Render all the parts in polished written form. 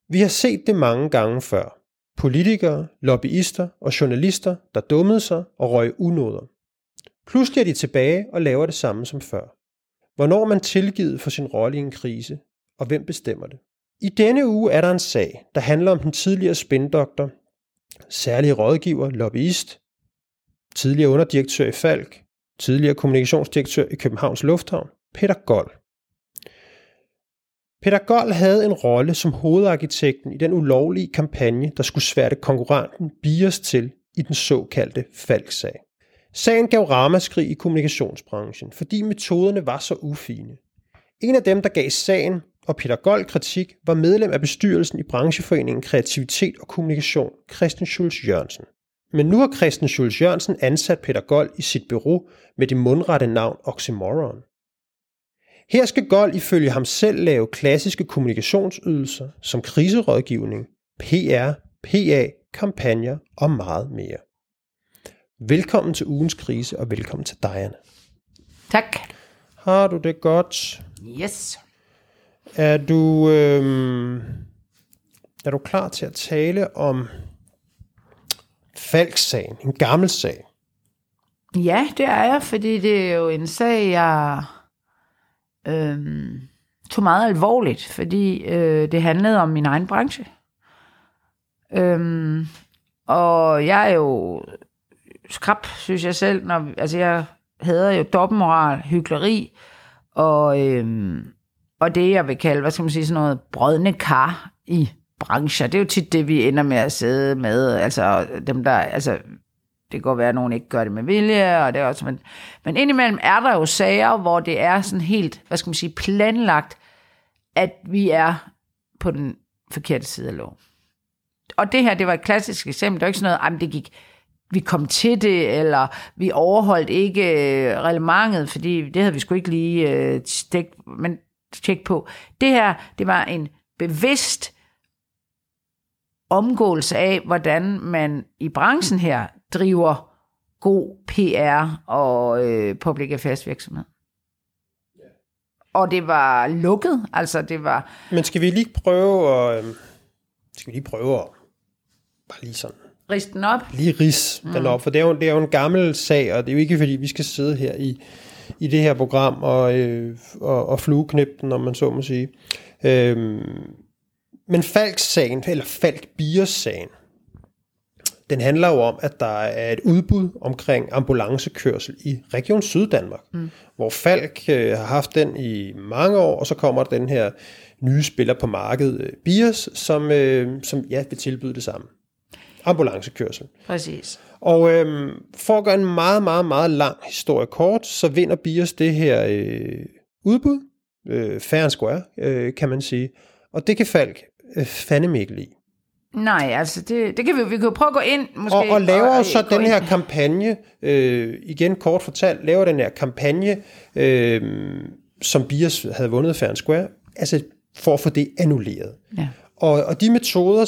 Vi har set det mange gange før. Politikere, lobbyister og journalister, der dummede sig og røg unåder. Pludselig er de tilbage og laver det samme som før. Hvornår er man tilgivet for sin rolle i en krise, og hvem bestemmer det? I denne uge er der en sag, der handler om den tidligere spindoktor, særlige rådgiver, lobbyist, tidligere underdirektør i Falck, tidligere kommunikationsdirektør i Københavns Lufthavn, Peter Gold. Peter Gold havde en rolle som hovedarkitekten i den ulovlige kampagne, der skulle sværte konkurrenten Bios til i den såkaldte Falck-sag. Sagen gav ramaskrig i kommunikationsbranchen, fordi metoderne var så ufine. En af dem, der gav sagen og Peter Gold kritik, var medlem af bestyrelsen i brancheforeningen Kreativitet og Kommunikation, Christian Schulz Jørgensen. Men nu har Christian Schulz Jørgensen ansat Peter Gold i sit bureau med det mundrette navn Oxymoron. Her skal Gold ifølge ham selv lave klassiske kommunikationsydelser som kriserådgivning, PR, PA, kampagner og meget mere. Velkommen til ugens krise, og velkommen til dig, Anna. Tak. Har du det godt? Yes. Er du klar til at tale om Falck-sagen, en gammel sag? Ja, det er jeg, fordi det er jo en sag, jeg tog meget alvorligt, fordi det handlede om min egen branche. Og jeg er jo skrab, synes jeg selv, jeg hader jo dobbeltmoral, hykleri, og det, jeg vil kalde, sådan noget brodne kar i brancher. Det er jo tit det, vi ender med at sidde med, altså dem der, det kan godt være, at nogen ikke gør det med vilje, og det er også, men indimellem er der jo sager, hvor det er sådan helt, planlagt, at vi er på den forkerte side af loven. Og det her, det var et klassisk eksempel. Det var ikke sådan noget, vi kom til det, eller vi overholdt ikke reglementet, fordi det havde vi sgu ikke lige tjekket på. Det her, det var en bevidst omgåelse af, hvordan man i branchen her driver god PR og public affairs virksomhed. Og det var lukket, det var... Men skal vi lige prøve at bare lige sådan... Riste den op? Lige ris den op, for det er jo en gammel sag, og det er jo ikke fordi, vi skal sidde her i det her program og flueknippe den, om man så må sige. Men Falck-sagen, eller Falck-Bios-sagen, den handler jo om, at der er et udbud omkring ambulancekørsel i Region Syddanmark, hvor Falck har haft den i mange år, og så kommer den her nye spiller på markedet, Bios, som vil tilbyde det samme. Ambulancekørsel. Præcis. Og for at gøre en meget, meget, meget lang historie kort, så vinder Bios det her udbud, fair and square, kan man sige. Og det kan Falck fandeme ikke lide. Nej, det kan vi kan jo prøve at gå ind måske. Og laver så den her kampagne, igen kort fortalt, laver den her kampagne, som Bios havde vundet fair and square, for at få det annulleret. Ja. Og de metoder,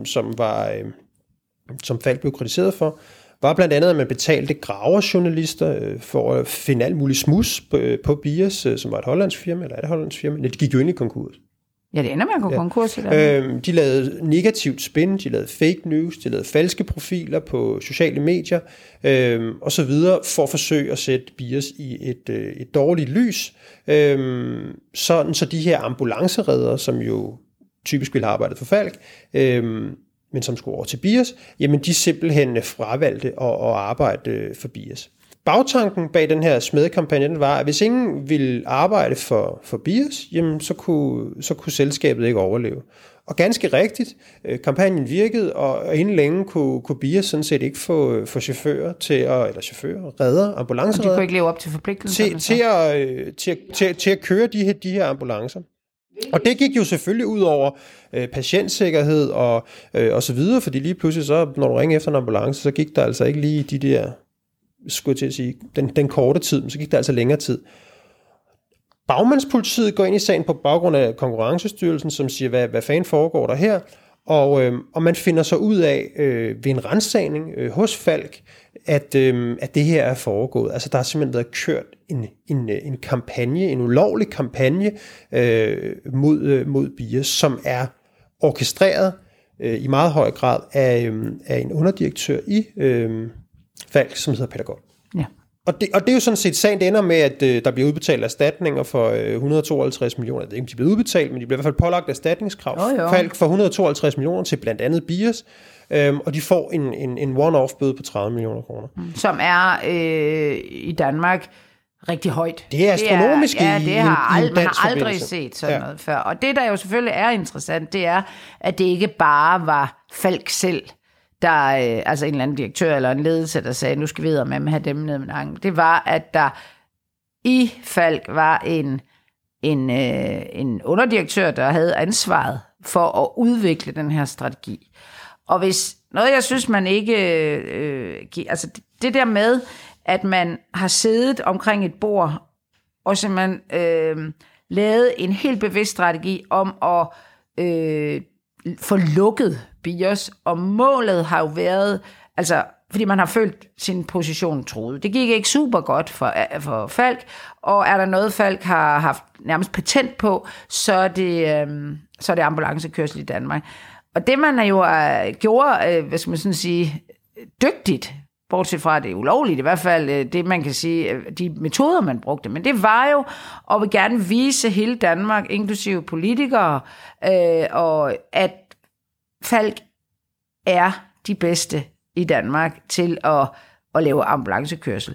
som Falck blev kritiseret for, var blandt andet, at man betalte graverjournalister for at finde alt muligt smus på Bios, som var et hollandsk firma, eller er det hollandsk firma? Det gik jo ind i konkurs. Ja, det ender med at gå konkurs. De lavede negativt spin, de lavede fake news, de lavede falske profiler på sociale medier, og så videre, for at forsøge at sætte Bios i et dårligt lys, sådan så de her ambulancereddere, som jo typisk ville have arbejdet for Falck, men som skulle over til Bios, jamen de simpelthen fravalgte at arbejde for Bios. Bagtanken bag den her smedekampagne var, at hvis ingen ville arbejde for Bios, jamen så kunne selskabet ikke overleve. Og ganske rigtigt, kampagnen virkede, og inden længe kunne Bios sådan set ikke få chauffører redder, ambulanceredder. Og de kunne ikke leve op til forpligtelserne? Til at køre de her ambulancer. Og det gik jo selvfølgelig ud over patientsikkerhed og så videre, fordi lige pludselig så, når du ringer efter en ambulance, så gik der altså ikke lige de der, skulle jeg til at sige, den korte tid, men så gik der altså længere tid. Bagmandspolitiet går ind i sagen på baggrund af Konkurrencestyrelsen, som siger, hvad fanden foregår der her? Og man finder så ud af ved en ransagning hos Falck, at det her er foregået. Altså der har simpelthen været kørt en kampagne, en ulovlig kampagne mod Bios, som er orkestreret i meget høj grad af en underdirektør i Falck, som hedder Peter Gold. Ja. Og det er jo sådan set sagen, det ender med, at der bliver udbetalt erstatninger for 152 millioner. Jeg ved ikke, om de bliver udbetalt, men de bliver i hvert fald pålagt erstatningskrav. Falck for 152 millioner til blandt andet Biers, og de får en one-off bøde på 30 millioner kroner. Som er i Danmark rigtig højt. Det er astronomisk det har man har aldrig forbindelse. set sådan noget før. Og det, der jo selvfølgelig er interessant, det er, at det ikke bare var Falck selv, der altså en eller anden direktør eller en ledelse, der sagde, nu skal vi have dem ned med nakken. Det var, at der i Falck var en underdirektør, der havde ansvaret for at udvikle den her strategi. Og hvis noget, jeg synes, man ikke... altså det der med, at man har siddet omkring et bord, og simpelthen lavet en helt bevidst strategi om at få lukket BIOS, og målet har jo været, altså fordi man har følt sin position truet. Det gik ikke super godt for Falck, og er der noget, Falck har haft nærmest patent på, så er det ambulancekørsel i Danmark. Og det man jo gjorde, hvad skal man sådan sige, dygtigt, bortset fra det ulovligt, i hvert fald det man kan sige, de metoder man brugte, men det var jo at vi gerne vise hele Danmark, inklusive politikere, og at Falck er de bedste i Danmark til at lave ambulancekørsel.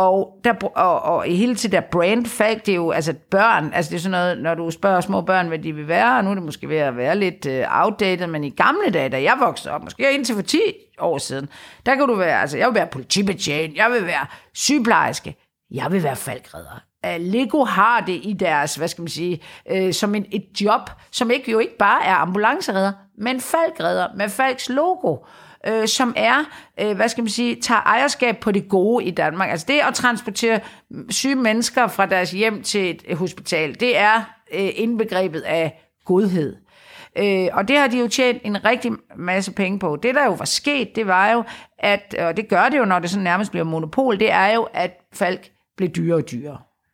Og i hele tiden der brand Falck, det er jo altså børn, altså det er sådan noget, når du spørger små børn, hvad de vil være, og nu er det måske ved at være lidt outdated, men i gamle dage, da jeg voksede op, måske indtil for 10 år siden, der kan du være, altså jeg vil være politibetjent, jeg vil være sygeplejerske, jeg vil være Falck-redder. Lego har det i deres, hvad skal man sige, som et job, som jo ikke bare er ambulanceredder, men Falck-redder med Falcks logo, som er, hvad skal man sige, tager ejerskab på det gode i Danmark. Altså det at transportere syge mennesker fra deres hjem til et hospital, det er indbegrebet af godhed. Og det har de jo tjent en rigtig masse penge på. Det, der jo var sket, det var jo, at, og det gør det jo, når det sådan nærmest bliver monopol, det er jo, at Falck blev dyrere og dyrere.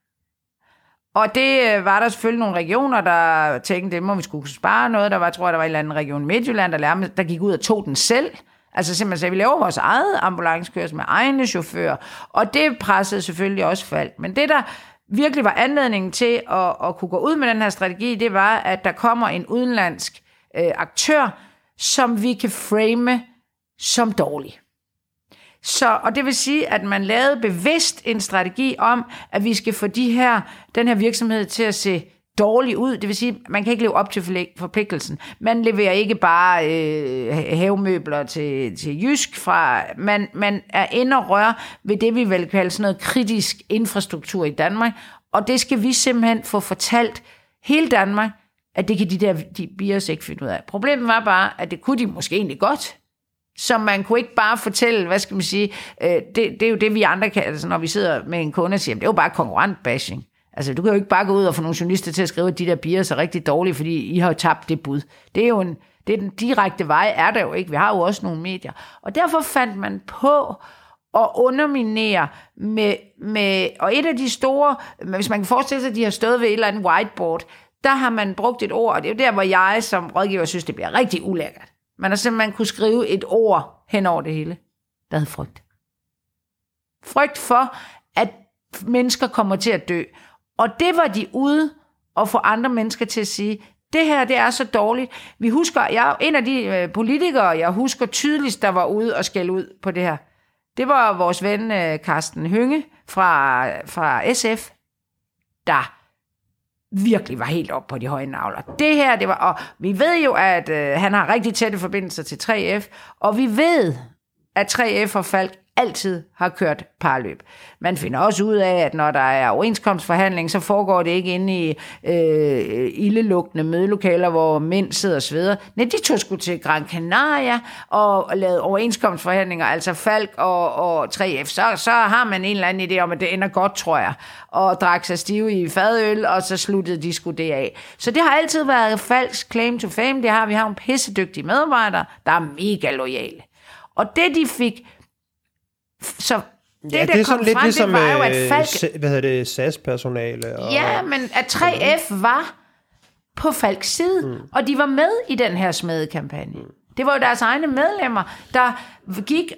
Og det var der selvfølgelig nogle regioner, der tænkte, det må vi skulle spare noget. Der var, tror jeg, der var en eller anden region Midtjylland, der gik ud og tog den selv. Altså simpelthen sagde, vi laver vores eget ambulancekørsel med egne chauffører. Og det pressede selvfølgelig også Falck. Men det, der virkelig var anledningen til at kunne gå ud med den her strategi, det var, at der kommer en udenlandsk aktør, som vi kan frame som dårlig. Og det vil sige, at man lavede bevidst en strategi om, at vi skal få den her virksomhed til at se dårlig ud. Det vil sige, at man kan ikke leve op til forpligtelsen. Man leverer ikke bare havemøbler til Jysk fra. Man er inde og røre ved det, vi vil kalde sådan noget kritisk infrastruktur i Danmark. Og det skal vi simpelthen få fortalt hele Danmark, at det kan de BIOS ikke finde ud af. Problemet var bare, at det kunne de måske egentlig godt. Så man kunne ikke bare fortælle, hvad skal man sige, det er jo det, vi andre kan, altså når vi sidder med en kunde og siger, det er jo bare konkurrent-bashing. Altså, du kan jo ikke bare gå ud og få nogle journalister til at skrive, at de der BIOS er rigtig dårlige, fordi I har jo tabt det bud. Det er jo den direkte vej, er der jo ikke. Vi har jo også nogle medier. Og derfor fandt man på at underminere med og et af de store, hvis man kan forestille sig, at de har stået ved et eller andet whiteboard, der har man brugt et ord, og det er jo der, hvor jeg som rådgiver synes, det bliver rigtig ulækkert. Man har simpelthen kunne skrive et ord hen over det hele, der hed frygt. Frygt for, at mennesker kommer til at dø. Og det var de ude at få andre mennesker til at sige, det her, det er så dårligt. Vi husker, en af de politikere, jeg husker tydeligst, der var ude og skælde ud på det her, det var vores ven Carsten Hønge fra SF, der virkelig var helt op på de høje nagler. Det her, det var, og vi ved jo, at han har rigtig tætte forbindelser til 3F, og vi ved, at 3F og Falck altid har kørt parløb. Man finder også ud af, at når der er overenskomstforhandling, så foregår det ikke inde i ildelugtende mødelokaler, hvor mænd sidder og sveder. Nej, de tog sgu til Gran Canaria og lavede overenskomstforhandlinger, altså Falck og 3F. Så har man en eller anden idé om, at det ender godt, tror jeg. Og drak sig stive i fadøl, og så sluttede de sgu det af. Så det har altid været Falcks claim to fame. Vi har nogle pissedygtige medarbejdere, der er mega loyale. Og det, de fik. Så det, ja, der kom frem, ligesom, det var jo, at Falck... SAS-personale. Ja, men at 3F var på Falks side, og de var med i den her smedekampagne. Det var jo deres egne medlemmer, der gik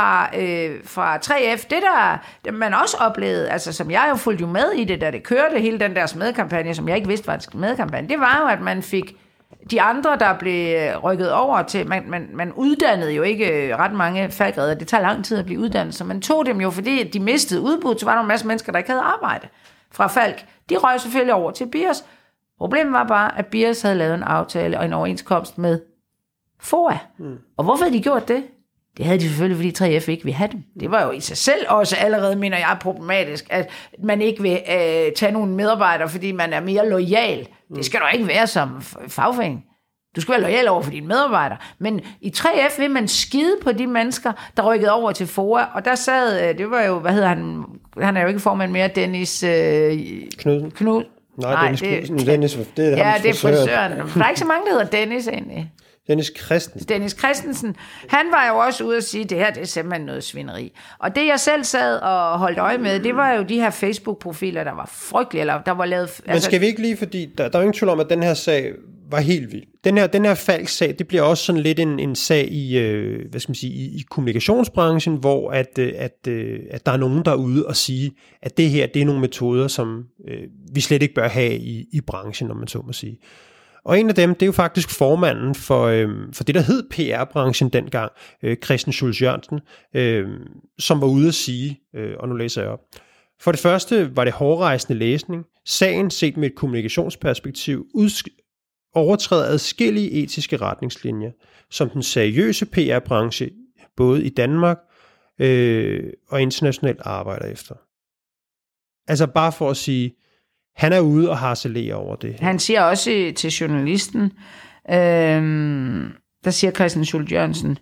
fra 3F. Det der man også oplevede, altså som jeg jo fulgte jo med i det, da det kørte, hele den der smedekampagne, som jeg ikke vidste var en smedekampagne, det var jo, at man fik de andre, der blev rykket over til, man uddannede jo ikke ret mange falkredder. Det tager lang tid at blive uddannet, så man tog dem jo, fordi de mistede udbud, så var der en masse mennesker, der ikke havde arbejde fra Falk. De røg selvfølgelig over til Biers. Problemet var bare, at Biers havde lavet en aftale og en overenskomst med FOA. Og hvorfor havde de gjort det? Det havde de selvfølgelig, fordi 3F ikke ville have dem. Det var jo i sig selv også allerede, mener jeg, problematisk, at man ikke vil tage nogle medarbejdere, fordi man er mere loyal. Det skal du ikke være som fagforening. Du skal være loyal over for dine medarbejdere. Men i 3F vil man skide på de mennesker, der rykkede over til FOA. Og der sad, det var jo, hvad hedder han? Han er jo ikke formand mere, Dennis Knud. Nej, Dennis Knudsen. Dennis, det er ja, det er frisøren. Der er ikke så mange, der hedder Dennis egentlig. Dennis Christensen. Han var jo også ude at sige, at det her det er simpelthen noget svineri. Og det jeg selv sad og holdt øje med, det var jo de her Facebook-profiler, der var frygtelige, eller der var lavet... Men skal vi ikke lige, fordi der er jo ingen tvivl om, at den her sag var helt vild. Den her Falk-sag, det bliver også sådan lidt en sag i, hvad skal man sige, i kommunikationsbranchen, hvor at der er nogen, der er ude og sige, at det her, det er nogle metoder, som vi slet ikke bør have i branchen, om man så må sige. Og en af dem, det er jo faktisk formanden for det, der hed PR-branchen dengang, Christian Schultz Jørgensen, som var ude at sige, og nu læser jeg op. For det første var det hårdrejsende læsning. Sagen set med et kommunikationsperspektiv overtræder adskillige etiske retningslinjer, som den seriøse PR-branche, både i Danmark og internationalt, arbejder efter. Altså bare for at sige, han er ude og harcelerer over det. Han siger også til journalisten, der siger Christian Schultz Jørgensen,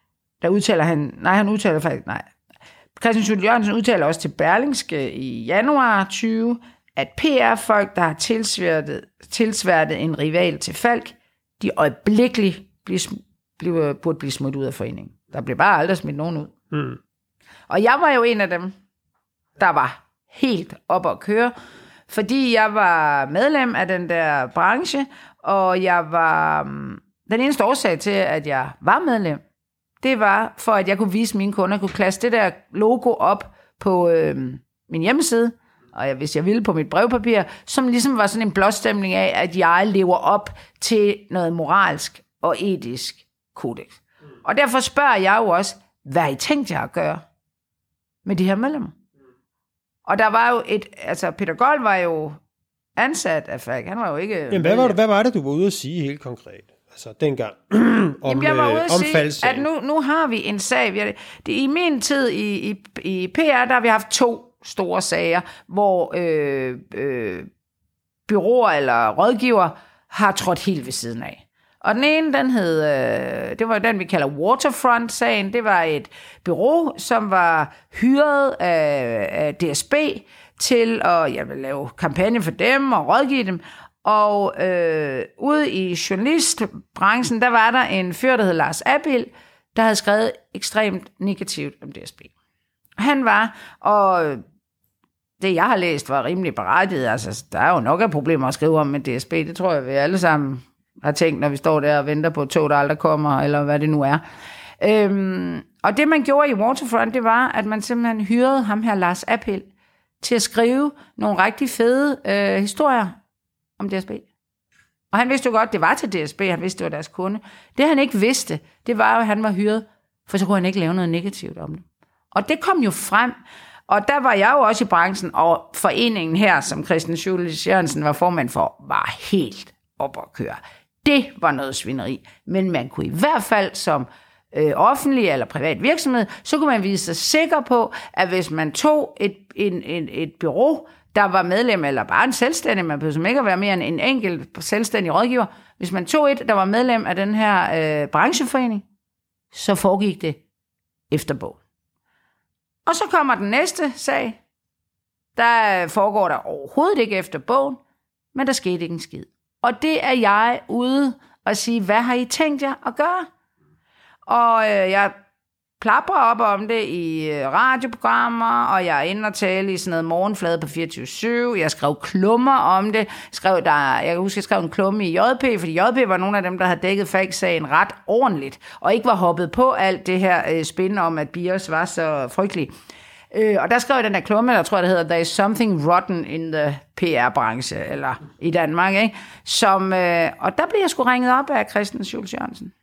Christian Schultz Jørgensen udtaler også til Berlingske i januar 20, at PR-folk, der har tilsværtet en rival til Falk, de øjeblikkeligt burde blive smidt ud af foreningen. Der blev bare aldrig smidt nogen ud. Og jeg var jo en af dem, der var helt op at køre, fordi jeg var medlem af den der branche, og jeg var den eneste årsag til, at jeg var medlem, det var for, at jeg kunne vise mine kunder, kunne klasse det der logo op på min hjemmeside, og hvis jeg ville på mit brevpapir, som ligesom var sådan en blåstemning af, at jeg lever op til noget moralsk og etisk kodex. Og derfor spørger jeg jo også, hvad I tænkte jer at gøre med de her medlemmer? Og der var jo Peter Gold var jo ansat af Falk, han var jo ikke... Jamen, hvad var det, du var ude at sige helt konkret? Altså dengang om jeg var ude at sige, at nu har vi en sag. I min tid i PR, der har vi haft 2 store sager, hvor byråer eller rådgiver har trådt helt ved siden af. Og den ene, den hed, det var den, vi kalder Waterfront-sagen. Det var et bureau, som var hyret af DSB til at lave kampagne for dem og rådgive dem. Og ude i journalistbranchen, der var der en fyr, der hed Lars Abild, der havde skrevet ekstremt negativt om DSB. Han var, og det jeg har læst var rimelig berettiget. Altså, der er jo nok af problemer at skrive om med DSB. Det tror jeg, vi alle sammen har tænkt, når vi står der og venter på et tog, der aldrig kommer, eller hvad det nu er. Og det, man gjorde i Waterfront, det var, at man simpelthen hyrede ham her, Lars Abild, til at skrive nogle rigtig fede historier om DSB. Og han vidste jo godt, det var til DSB, han vidste, det var deres kunde. Det, han ikke vidste, det var jo, at han var hyret, for så kunne han ikke lave noget negativt om det. Og det kom jo frem, og der var jeg jo også i branchen, og foreningen her, som Christian Schultz Jørgensen var formand for, var helt op at køre. Det var noget svineri, men man kunne i hvert fald som offentlig eller privat virksomhed, så kunne man vise sig sikker på, at hvis man tog et bureau, der var medlem, eller bare en selvstændig, man behøver ikke at være mere end en enkelt selvstændig rådgiver, hvis man tog der var medlem af den her brancheforening, så foregik det efter bogen. Og så kommer den næste sag, der foregår der overhovedet ikke efter bogen, men der skete ikke en skid. Og det er jeg ude og sige, hvad har I tænkt jer at gøre? Og jeg plaprer op om det i radioprogrammer, og jeg er inde og tale i sådan noget morgenflade på 24/7. Jeg skrev klummer om det. Jeg kan huske, jeg skrev en klumme i JP, fordi JP var nogle af dem, der havde dækket Falck-sagen ret ordentligt, og ikke var hoppet på alt det her spin om, at BIOS var så frygtelig. Og der skrev jeg den der klumme, der tror jeg, det hedder, There is something rotten in the PR-branche, eller i Danmark, ikke? Og der blev jeg sgu ringet op af Christian Schultz Jørgensen.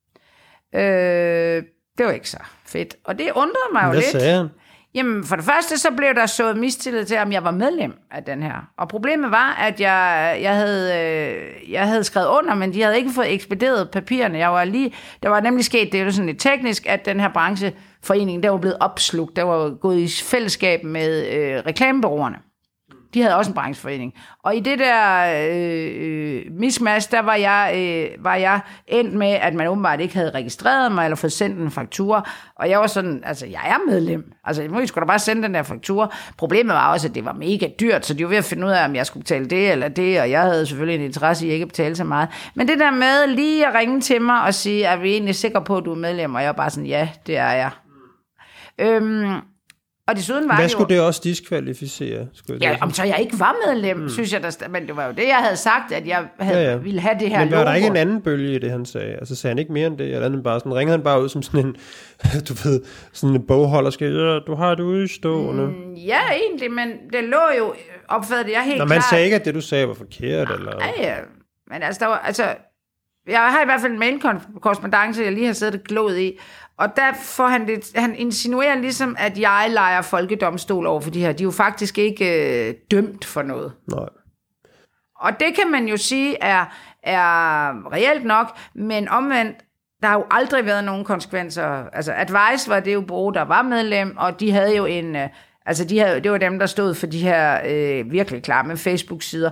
Det var ikke så fedt. Og det undrede mig jo lidt. Hvad sagde han? Jamen, for det første, så blev der sået mistillid til, om jeg var medlem af den her. Og problemet var, at jeg havde skrevet under, men de havde ikke fået ekspederet papirerne. Der var nemlig sket, det er jo sådan lidt teknisk, at den her brancheforening, der var blevet opslugt. Der var gået i fællesskab med reklamebureauerne. De havde også en brancheforening. Og i det der mismatch, der var jeg endt med, at man åbenbart ikke havde registreret mig, eller fået sendt en faktura. Og jeg var sådan, altså, jeg er medlem. Altså, jeg skulle da bare sende den der faktura. Problemet var også, at det var mega dyrt, så de var ved at finde ud af, om jeg skulle betale det eller det, og jeg havde selvfølgelig en interesse i ikke at betale så meget. Men det der med lige at ringe til mig og sige, er vi egentlig sikre på, at du er medlem? Og jeg var bare sådan, ja, det er jeg. Og desuden var hvad skulle det også diskvalificere? Om så jeg ikke var medlem, synes jeg, men det var jo det, jeg havde sagt, at jeg ville have det her logo. Men var der ikke en logo. anden bølge i det, han sagde? Altså sagde han ikke mere end det? Eller andet bare sådan, ringede han bare ud som sådan en, du ved, sådan en bogholder, du har det udstående. Ja, egentlig, men det lå jo, opfattede jeg helt klart. Man sagde ikke, at det, du sagde, var forkert, eller? Ja, men altså, jeg har i hvert fald en mailkorrespondance, jeg lige har siddet og glået i, og der får han insinuerer ligesom, at jeg leger folkedomstol over for de her. De er jo faktisk ikke dømt for noget. Nej. Og det kan man jo sige er reelt nok, men omvendt, der har jo aldrig været nogen konsekvenser. Altså, Advice var det jo bureau, der var medlem, og de havde jo det var dem, der stod for de her virkelig klamme Facebook-sider,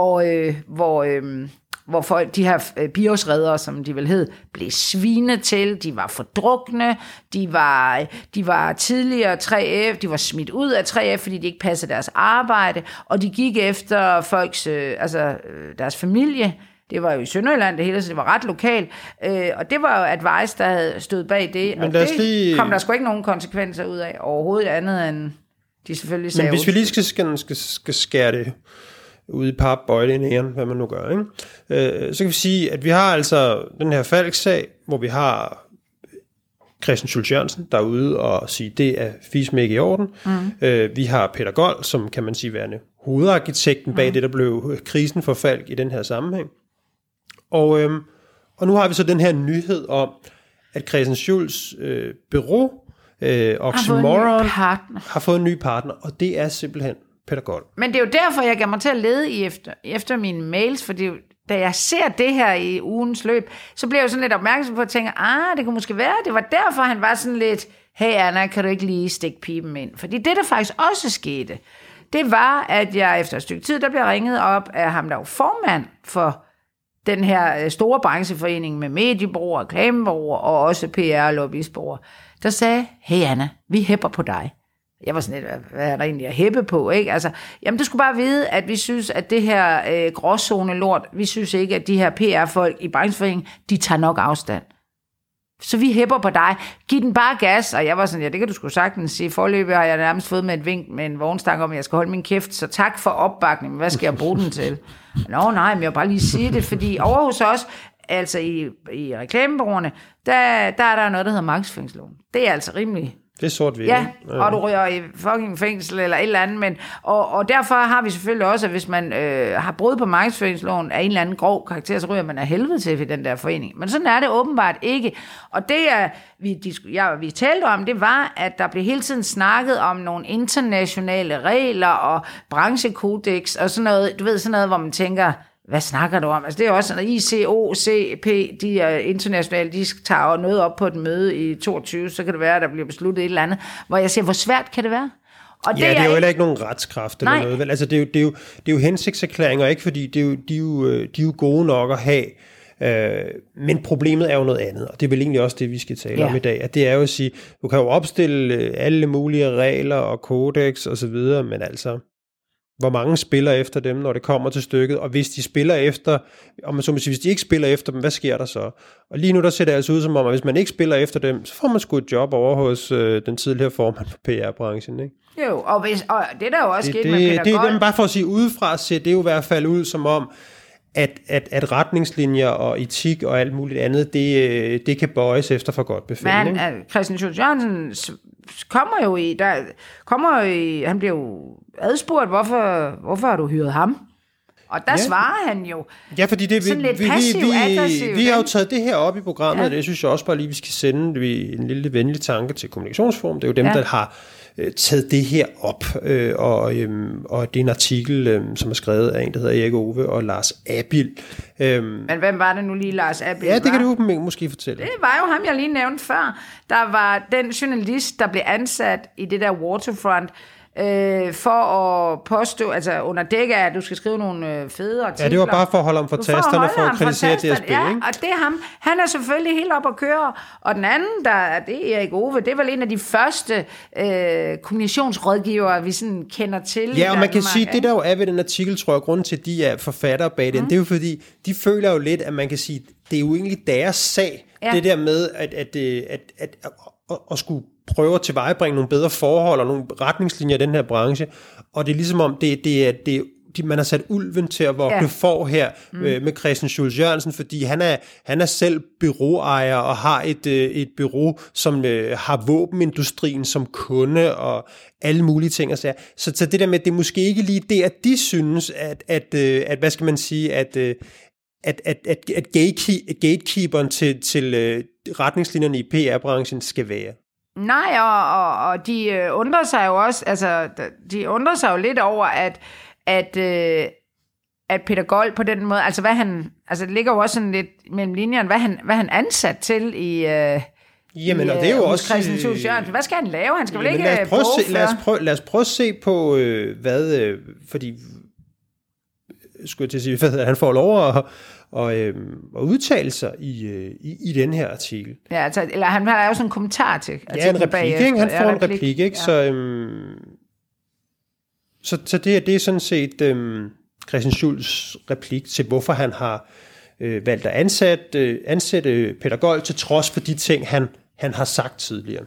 hvor folk, de her BIOS-reddere, som de vel hed, blev svinet til, de var fordrukne, de var tidligere 3F, de var smidt ud af 3F, fordi de ikke passede deres arbejde, og de gik efter folks, deres familie. Det var jo i Sønderjylland det hele, så det var ret lokalt, og det var jo Advice, der havde stået bag det, og det kom der sgu ikke nogen konsekvenser ud af overhovedet andet, end de selvfølgelig sagde. Men hvis vi lige skal skære det ude i papbøjle i næren, hvad man nu gør, ikke? Så kan vi sige, at vi har altså den her Falck-sag, hvor vi har Christian Schultz Jørgensen, der er ude og sige, det er fismæk i orden. Vi har Peter Gold, som kan man sige værende hovedarkitekten bag det, der blev krisen for Falck i den her sammenhæng. Og nu har vi så den her nyhed om, at Christian Schultz bureau, Oxymoron, har fået en ny partner, og det er simpelthen Peter Gold. Men det er jo derfor, jeg gav mig til at lede efter mine mails, fordi da jeg ser det her i ugens løb, så bliver jeg jo sådan lidt opmærksom på at tænke, det kunne måske være, det var derfor, han var sådan lidt, hey Anna, kan du ikke lige stikke pipen ind? Fordi det, der faktisk også skete, det var, at jeg efter et stykke tid, der blev ringet op af ham, der var formand for den her store brancheforening med mediebureauer, reklamebureauer og også PR- og lobbyistbureauer, der sagde, hey Anna, vi hæpper på dig. Jeg var sådan lidt, hvad er der egentlig at hæppe på, ikke? Altså, jamen, du skulle bare vide, at vi synes, at det her gråzone-lort, vi synes ikke, at de her PR-folk i brancheforeningen, de tager nok afstand. Så vi hæpper på dig. Giv den bare gas. Og jeg var sådan, ja, det kan du sgu sagtens sige. Forløbet har jeg nærmest fået med et vink med en vognstang om, at jeg skal holde min kæft. Så tak for opbakningen. Hvad skal jeg bruge den til? Nej, men jeg vil bare lige sige det, fordi over hos os, altså i reklamebureauerne, der er der noget, der hedder markedsføringsloven. Det er altså rimelig. Det er sort-hvidt. Ja, og du ryger i fucking fængsel eller et eller andet, men, og derfor har vi selvfølgelig også, at hvis man har brud på markedsføringsloven af en eller anden grov karakter, så ryger man af helvede til i den der forening. Men sådan er det åbenbart ikke. Og det, vi talte om, det var, at der blev hele tiden snakket om nogle internationale regler og branchekodex og sådan noget, du ved, sådan noget, hvor man tænker, hvad snakker du om? Altså det er også sådan, ICO, CP, de er internationale, de tager noget op på et møde i 22, så kan det være, at der bliver besluttet et eller andet, hvor jeg siger, hvor svært kan det være? Og det er jo heller ikke nogen retskraft eller noget. Vel? Altså det er jo hensigtserklæringer, ikke fordi de er jo gode nok at have, men problemet er jo noget andet, og det er vel egentlig også det, vi skal tale om i dag, at det er jo at sige, du kan jo opstille alle mulige regler og kodex og så videre, men altså hvor mange spiller efter dem, når det kommer til stykket, og hvis de spiller efter, og man så må sige, hvis de ikke spiller efter dem, hvad sker der så? Og lige nu der ser det altså ud som om, at hvis man ikke spiller efter dem, så får man sgu et job over hos den tidligere formand for PR-branchen, ikke? Jo, og det der jo også sket med Peter Gold. Det bare for at sige, udefra ser det jo i hvert fald ud som om, at retningslinjer og etik og alt muligt andet, det kan bøjes efter for godt befindende. Men Christian Schultz Jørgensen han bliver jo adspurgt, hvorfor har du hyret ham? Og der svarer han jo fordi det, sådan lidt passiv-aggressiv. Vi har jo taget det her op i programmet, og det synes jeg også bare lige, vi skal sende en lille venlig tanke til Kommunikationsforum. Det er jo dem, der har taget det her op, og det er en artikel, som er skrevet af en, der hedder Erik Ove og Lars Abild. Men hvem var det nu lige, Lars Abild? Ja, det kan du måske fortælle. Det var jo ham, jeg lige nævnte før. Der var den journalist, der blev ansat i det der Waterfront, for at påstå, altså under dække af, at du skal skrive nogle fede artikler. Ja, det var bare for at holde ham for tasterne, for at kritisere DSB, ikke? Ja, og det er ham. Han er selvfølgelig helt op at køre. Og den anden, det er Erik Ove, det er vel en af de første kommunikationsrådgivere, vi sådan kender til. Ja, og man kan sige, det der jo er ved den artikel, tror jeg, grunden til, at de er forfattere bag den, det er jo fordi, de føler jo lidt, at man kan sige, det er jo egentlig deres sag, det der med, at skulle prøve at tilvejebringe nogle bedre forhold og nogle retningslinjer i den her branche, og det er ligesom om, man har sat ulven til at vogte får her med Christian Schultz Jørgensen, fordi han er selv bureauejer og har et bureau, som har våbenindustrien som kunde og alle mulige ting og så det der med, det er måske ikke lige det, at de synes, at hvad skal man sige, at gatekeeperen til retningslinjerne i PR-branchen skal være. Nej, og de undrer sig jo også, altså, de undrer sig jo lidt over, at Peter Gold på den måde, altså det ligger jo også sådan lidt mellem linjerne, hvad han ansat til i jamen, og det er jo også Christian Schultz Jørgensen. Hvad skal han lave? Han skal vel ikke lad os prøve at se på fordi skulle jeg til at sige, at han får lov at udtale sig i den her artikel. Ja, altså, eller han har jo sådan en kommentar til. Ja, en replik, ikke? Han får en replik, ikke? Ja. Så det er sådan set Christian Schultz' replik til, hvorfor han har valgt at ansætte Peter Gold, til trods for de ting, han har sagt tidligere.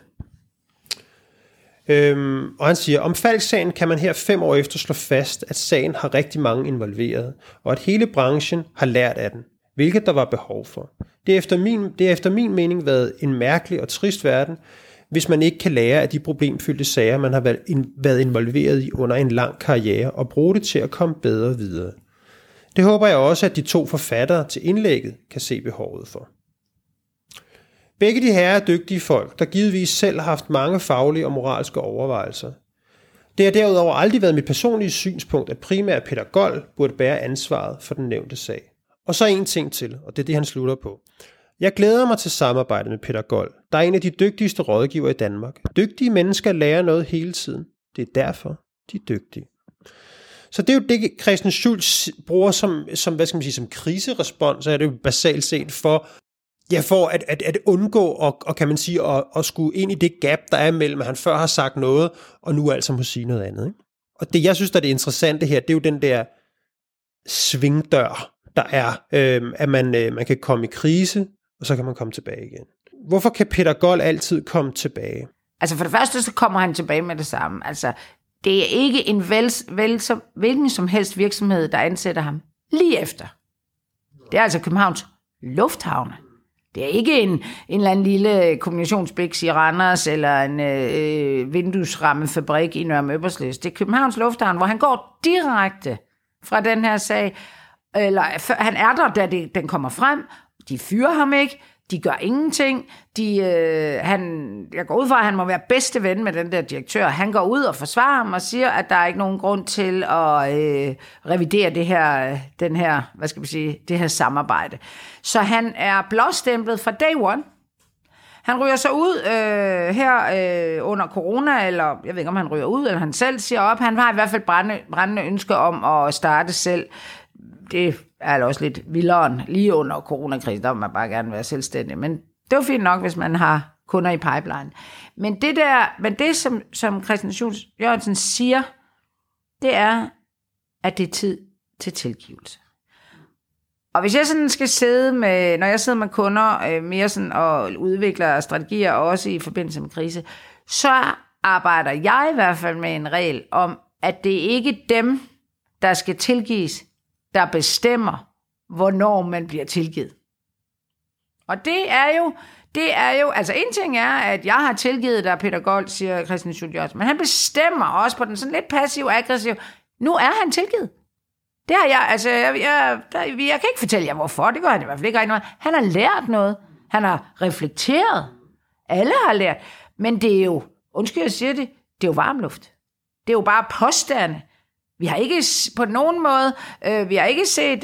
Og han siger, om Falck-sagen kan man her 5 år efter slå fast, at sagen har rigtig mange involveret, og at hele branchen har lært af den, hvilket der var behov for. Det er efter min mening været en mærkelig og trist verden, hvis man ikke kan lære af de problemfyldte sager, man har været involveret i under en lang karriere, og bruge det til at komme bedre videre. Det håber jeg også, at de 2 forfattere til indlægget kan se behovet for. Begge de herrer er dygtige folk, der givetvis selv har haft mange faglige og moralske overvejelser. Det har derudover aldrig været mit personlige synspunkt, at primært Peter Gold burde bære ansvaret for den nævnte sag. Og så en ting til, og det er det, han slutter på. Jeg glæder mig til samarbejdet med Peter Gold, der er en af de dygtigste rådgivere i Danmark. Dygtige mennesker lærer noget hele tiden. Det er derfor, de er dygtige. Så det er jo det, Christian Schultz bruger som hvad skal man sige, som kriserespons, så er det jo basalt set for at undgå og kan man sige, at skulle ind i det gap, der er mellem, at han før har sagt noget, og nu altså må sige noget andet. Ikke? Og det, jeg synes, der er det interessante her, det er jo den der svingdør, der er, at man kan komme i krise, og så kan man komme tilbage igen. Hvorfor kan Peter Gold altid komme tilbage? Altså for det første, så kommer han tilbage med det samme. Altså, det er ikke en hvilken som helst virksomhed, der ansætter ham lige efter. Det er altså Københavns Lufthavne. Det er ikke en eller anden lille kommunikationsbiks i Randers, eller en vinduesrammefabrik i Nørre Møberslæs. Det er Københavns Lufthavn, hvor han går direkte fra den her sag. Eller han er der, da den kommer frem. De fyrer ham ikke. De gør ingenting. Jeg går ud fra, at han må være bedste ven med den der direktør. Han går ud og forsvarer ham og siger, at der er ikke nogen grund til at revidere det her samarbejde. Så han er blåstemplet fra day one. Han ryger så ud under corona, eller jeg ved ikke, om han ryger ud, eller han selv siger op. Han har i hvert fald brændende ønske om at starte selv. Det er også lidt vildere lige under coronakrisen, der vil man bare gerne være selvstændig. Men det var fint nok, hvis man har kunder i pipeline. Men det som Christian Schultz Jørgensen siger, det er, at det er tid til tilgivelse. Og hvis jeg sådan skal sidde med, når jeg sidder med kunder mere sådan og udvikler strategier også i forbindelse med krise, så arbejder jeg i hvert fald med en regel om, at det ikke er dem, der skal tilgives, der bestemmer, hvornår man bliver tilgivet. Og det er jo, altså en ting er, at jeg har tilgivet dig, Peter Gold, siger Christian Schultz, men han bestemmer også på den sådan lidt passiv-aggressiv. Nu er han tilgivet. Det har jeg, altså, jeg kan ikke fortælle jer hvorfor, det gør han i hvert fald ikke rigtig noget. Han har lært noget, han har reflekteret, alle har lært, men det er jo, undskyld jeg siger det, det er jo varmluft. Det er jo bare påstande. Vi har ikke på nogen måde, vi har ikke set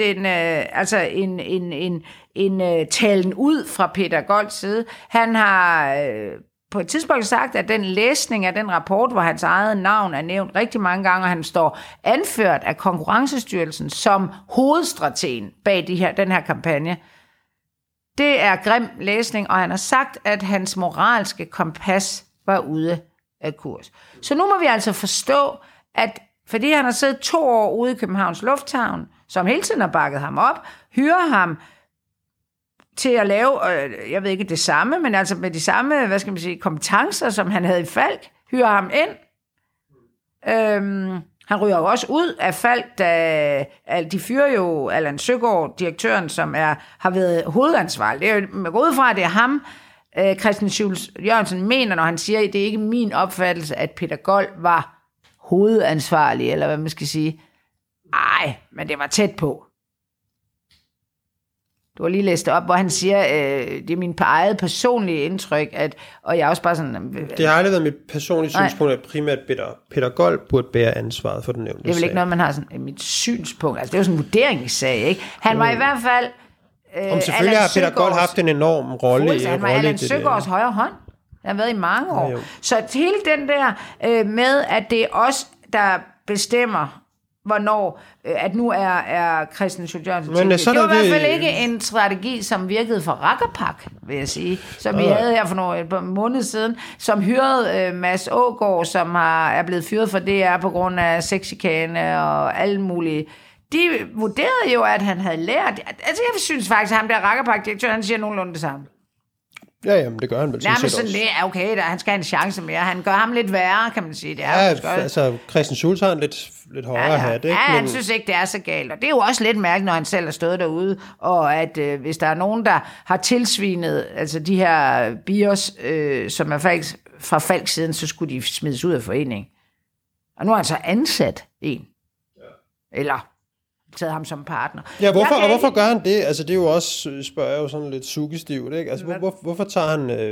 en talen ud fra Peter Golds side. Han har på et tidspunkt sagt, at den læsning af den rapport, hvor hans eget navn er nævnt rigtig mange gange, og han står anført af Konkurrencestyrelsen som hovedstrategen bag den her kampagne, det er grim læsning, og han har sagt, at hans moralske kompas var ude af kurs. Så nu må vi altså forstå, at fordi han har siddet 2 år ude i Københavns Lufthavn, som hele tiden har bakket ham op, hyrer ham til at lave, jeg ved ikke det samme, men altså med de samme, hvad skal man sige, kompetencer, som han havde i Falck, hyrer ham ind. Han ryger jo også ud af Falck, da de fyrer jo Allan Søgaard, direktøren, som har været hovedansvarlig. Det er jo, man går ud fra, at det er ham, Christian Schultz Jørgensen mener, når han siger, at det er ikke min opfattelse, at Peter Gold var hovedansvarlig, eller hvad man skal sige. Ej, men det var tæt på. Du har lige læst det op, hvor han siger, det er min eget personlige indtryk, og jeg er også bare sådan... Det har aldrig været mit personlige synspunkt, at primært Peter Gold burde bære ansvaret for den nævnte sag. Det er vel ikke noget, man har sådan mit synspunkt. Altså, det er jo sådan en vurderingssag, ikke? Han var i hvert fald... Selvfølgelig har Peter Gold haft en enorm rolle i Han var Allan Søgaards højre hånd. Han har været i mange år. Ja, så hele den der med, at det er os, der bestemmer, hvornår, at nu er Christian Schultz Jørgensen tilgivet. Det var i hvert fald ikke en strategi, som virkede for Rakkerpak, vil jeg sige, som vi havde her for et par måneder siden, som hyrede Mads Aagaard, som er blevet fyret for DR på grund af sexchikane og alle mulige. De vurderede jo, at han havde lært. Altså jeg synes faktisk, at ham der Rakkerpak-direktør, han siger nogenlunde det samme. Ja, jamen, det gør han vel sådan set også. Det er okay, han skal have en chance mere. Han gør ham lidt værre, kan man sige. Det er altså, Christian Schultz har en lidt højere hat, ikke? Ja, han synes ikke, det er så galt. Og det er jo også lidt mærkeligt, når han selv har stået derude, og at hvis der er nogen, der har tilsvinet, altså de her bios, som er faktisk fra Falcks siden, så skulle de smides ud af foreningen. Og nu har han så ansat en. Ja. Eller taget ham som partner. Ja, hvorfor gør han det? Altså det er jo også, spørger jeg jo sådan lidt suggestivt, ikke? Altså hvorfor tager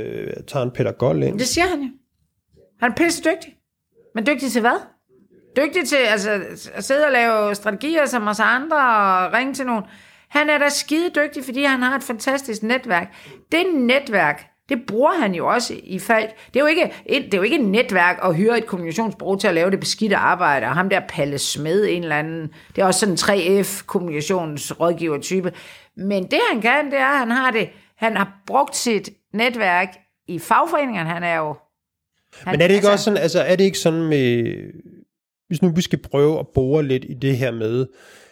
han Peter Gold ind? Det siger han jo. Han er pisse dygtig. Men dygtig til hvad? Dygtig til altså, at sidde og lave strategier som os andre og ringe til nogen. Han er da skide dygtig, fordi han har et fantastisk netværk. Det netværk, det bruger han jo også i Falck. Det er jo ikke et netværk at hyre et kommunikationsbureau til at lave det beskidte arbejde, og ham der Palle Smed, en eller anden, det er også sådan en 3F-kommunikationsrådgiver-type. Men det han kan, det er, at han har brugt sit netværk i fagforeningerne. Han er jo... Men er det ikke også sådan, altså er det ikke sådan med, hvis nu vi skal prøve at bore lidt i det her med,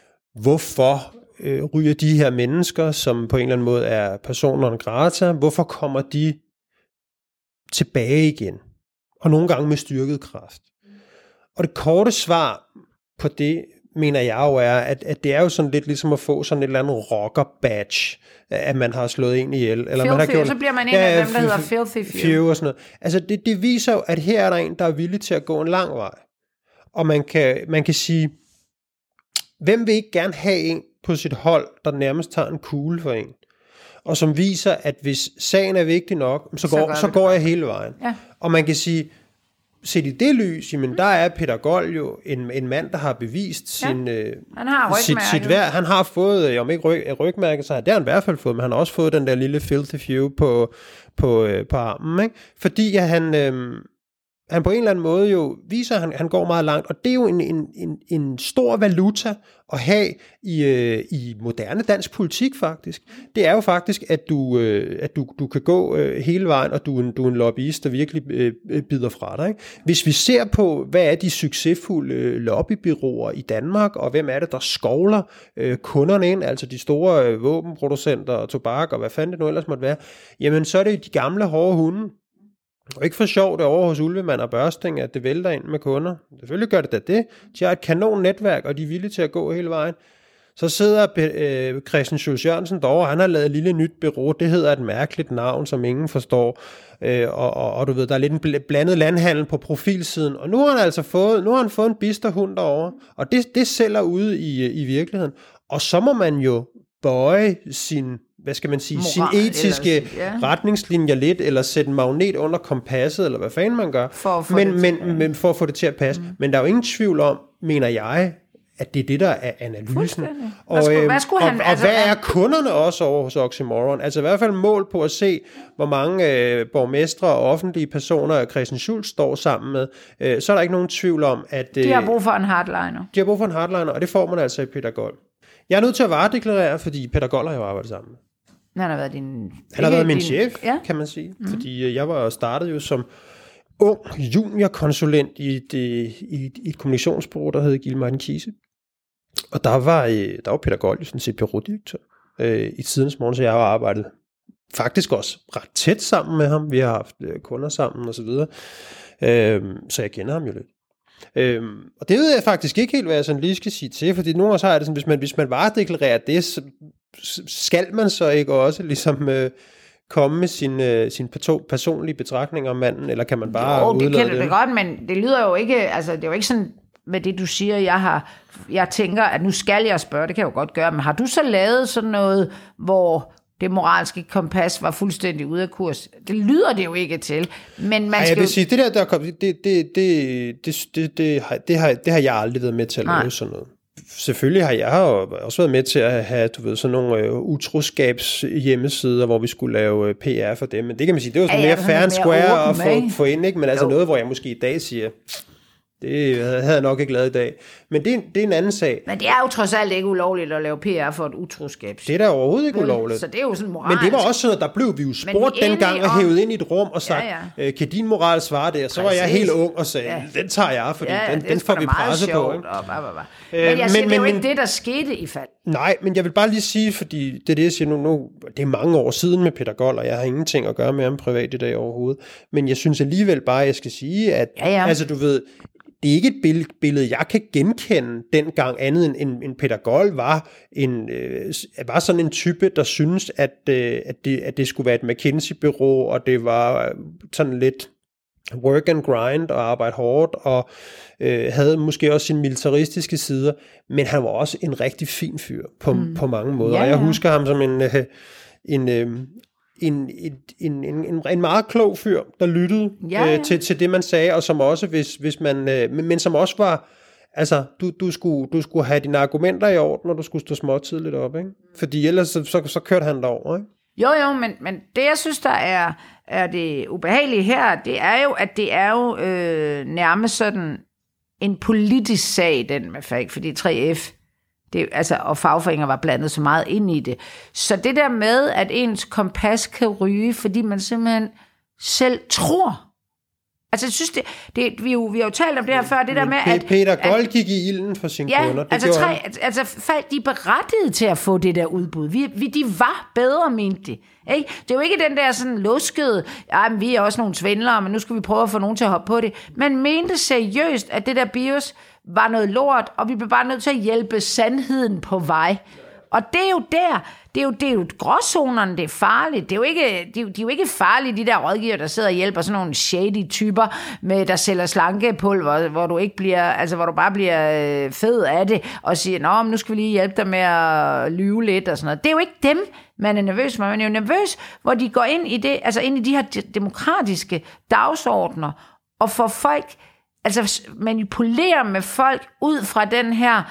hvorfor ryger de her mennesker, som på en eller anden måde er personer non grata, hvorfor kommer de tilbage igen? Og nogle gange med styrket kraft. Og det korte svar på det, mener jeg jo er, at det er jo sådan lidt ligesom at få sådan et eller andet rocker-badge, at man har slået en ihjel. Eller man har gjort, så bliver man en af dem, der hedder Filthy Few. Og sådan noget. Altså det viser jo, at her er der en, der er villig til at gå en lang vej. Og man kan sige, hvem vil ikke gerne have en på sit hold, der nærmest tager en kugle for en, og som viser, at hvis sagen er vigtig nok, så går jeg hele vejen. Ja. Og man kan sige, set i det lys, jamen der er Peter Gold jo en mand, der har bevist sit værd. Han har fået, om ikke rygmærke, så har det han i hvert fald fået, men han har også fået den der lille filthy few på armen, ikke? Fordi han han på en eller anden måde jo viser, at han går meget langt, og det er jo en stor valuta at have i moderne dansk politik faktisk. Det er jo faktisk, at du kan gå hele vejen, og du er en lobbyist, der virkelig bider fra dig. Ikke? Hvis vi ser på, hvad er de succesfulde lobbybureauer i Danmark, og hvem er det, der skovler kunderne ind, altså de store våbenproducenter og tobak, og hvad fanden det nu ellers måtte være, jamen så er det de gamle hårde hunde. Og ikke for sjovt det over hos Ulvemand og Børsting, at det vælter ind med kunder. Selvfølgelig gør det da det. De har et kanon netværk, og de er villige til at gå hele vejen. Så sidder Christian Schultz Jørgensen derovre, han har lavet et lille nyt bureau, det hedder et mærkeligt navn, som ingen forstår. Og du ved, der er lidt en blandet landhandel på profilsiden. Og nu har han altså fået en bisterhund derovre, og det sælger ude i virkeligheden. Og så må man jo bøje sin etiske retningslinjer lidt, eller sætte en magnet under kompasset, eller hvad fanden man gør, for at få det til at passe. Men der er jo ingen tvivl om, mener jeg, at det er det, der er analysen. Og hvad er kunderne også over hos Oxymoron? Altså i hvert fald mål på at se, hvor mange borgmestre og offentlige personer Christian Schultz står sammen med. Så er der ikke nogen tvivl om, at de har brug for en hardliner. De har brug for en hardliner, og det får man altså i Peter Gold. Jeg er nødt til at varedeklarere, fordi Peter Gold har jo arbejdet sammen med. Han har været min chef, kan man sige. Mm-hmm. Fordi jeg var startet jo som ung juniorkonsulent i et kommunikationsbureau, der hed Gilmartin Kise. Og der var Peter Gold jo sådan set bureaudirektør i tidens morgen, så jeg har arbejdet faktisk også ret tæt sammen med ham. Vi har haft kunder sammen og så videre. Så jeg kender ham jo lidt. Og det ved jeg faktisk ikke helt, hvad jeg sådan lige skal sige til, fordi nogle gange har det sådan, hvis man varedeklarerer det, så skal man så ikke også ligesom komme med sin personlige betragtninger om manden, eller kan man bare udlade det? Jo, det kender det godt, men det lyder jo ikke, altså det er jo ikke sådan, med det du siger, jeg tænker, at nu skal jeg spørge, det kan jeg jo godt gøre, men har du så lavet sådan noget, hvor det moralske kompas var fuldstændig ude af kurs? Det lyder det jo ikke til, men man skal jeg vil sige, det har jeg aldrig været med til at lave sådan noget. Selvfølgelig har jeg også været med til at have, du ved, sådan nogle utroskabs hjemmesider, hvor vi skulle lave PR for det, men det kan man sige, det var sådan mere fair and square at få ind, ikke? Men altså noget, hvor jeg måske i dag siger, det havde jeg nok ikke lavet i dag. Men det er en anden sag. Men det er jo trods alt ikke ulovligt at lave PR for et utroskab. Det er da overhovedet ikke ulovligt. Så det er jo sådan moralsk. Men det var også sådan, at der blev vi jo spurgt dengang og hævet ind i et rum og sagt, kan din moral svare det? Og så var jeg helt ung og sagde, den tager jeg, fordi den får vi presset på. Ikke? Men jeg siger, det er jo ikke det, der skete i fald. Nej, men jeg vil bare lige sige, fordi det er det, jeg siger nu, det er mange år siden med Peter Gold, og jeg har ingenting at gøre med ham privat i dag overhovedet. Men jeg synes alligevel bare, jeg skal sige, at altså du ved, det er ikke et billede, jeg kan genkende dengang andet end Peter Gold var sådan en type, der synes, at det skulle være et McKinsey-bureau, og det var sådan lidt work and grind og arbejde hårdt, og havde måske også sine militaristiske sider, men han var også en rigtig fin fyr på mange måder. Og jeg husker ham som en meget klog fyr, der lyttede til det, man sagde, og som også, hvis man, men som også var, altså, du skulle have dine argumenter i orden, når du skulle stå småtidligt op, ikke? Fordi ellers så kørte han derover, ikke? Jo, men det, jeg synes, der er det ubehagelige her, det er jo, at det er jo nærmest sådan en politisk sag, den med FAG, fordi 3F, og fagforeninger var blandet så meget ind i det. Så det der med, at ens kompas kan ryge, fordi man simpelthen selv tror. Altså, jeg synes, vi har jo talt om det her før, det der med, at Peter Gold gik i ilden for sine kunder. Falk, de er berettiget til at få det der udbud. De var bedre, mente de. Ikke? Det er jo ikke den der sådan luskede, vi er også nogle svindlere, men nu skal vi prøve at få nogen til at hoppe på det. Man mente seriøst, at det der BIOS var noget lort, og vi blev bare nødt til at hjælpe sandheden på vej. Og det er jo det er jo gråzonerne, det er farligt. Det er jo ikke, de er jo ikke farlige, de der rådgiver, der sidder og hjælper sådan nogle shady typer, der sælger slankepulver, hvor du ikke bliver, altså hvor du bare bliver fed af det, og siger, nu skal vi lige hjælpe dig med at lyve lidt og sådan noget. Det er jo ikke dem, man er nervøs for. Man er jo nervøs, hvor de går ind i det, altså ind i de her demokratiske dagsordner, og får folk, altså manipulerer med folk ud fra den her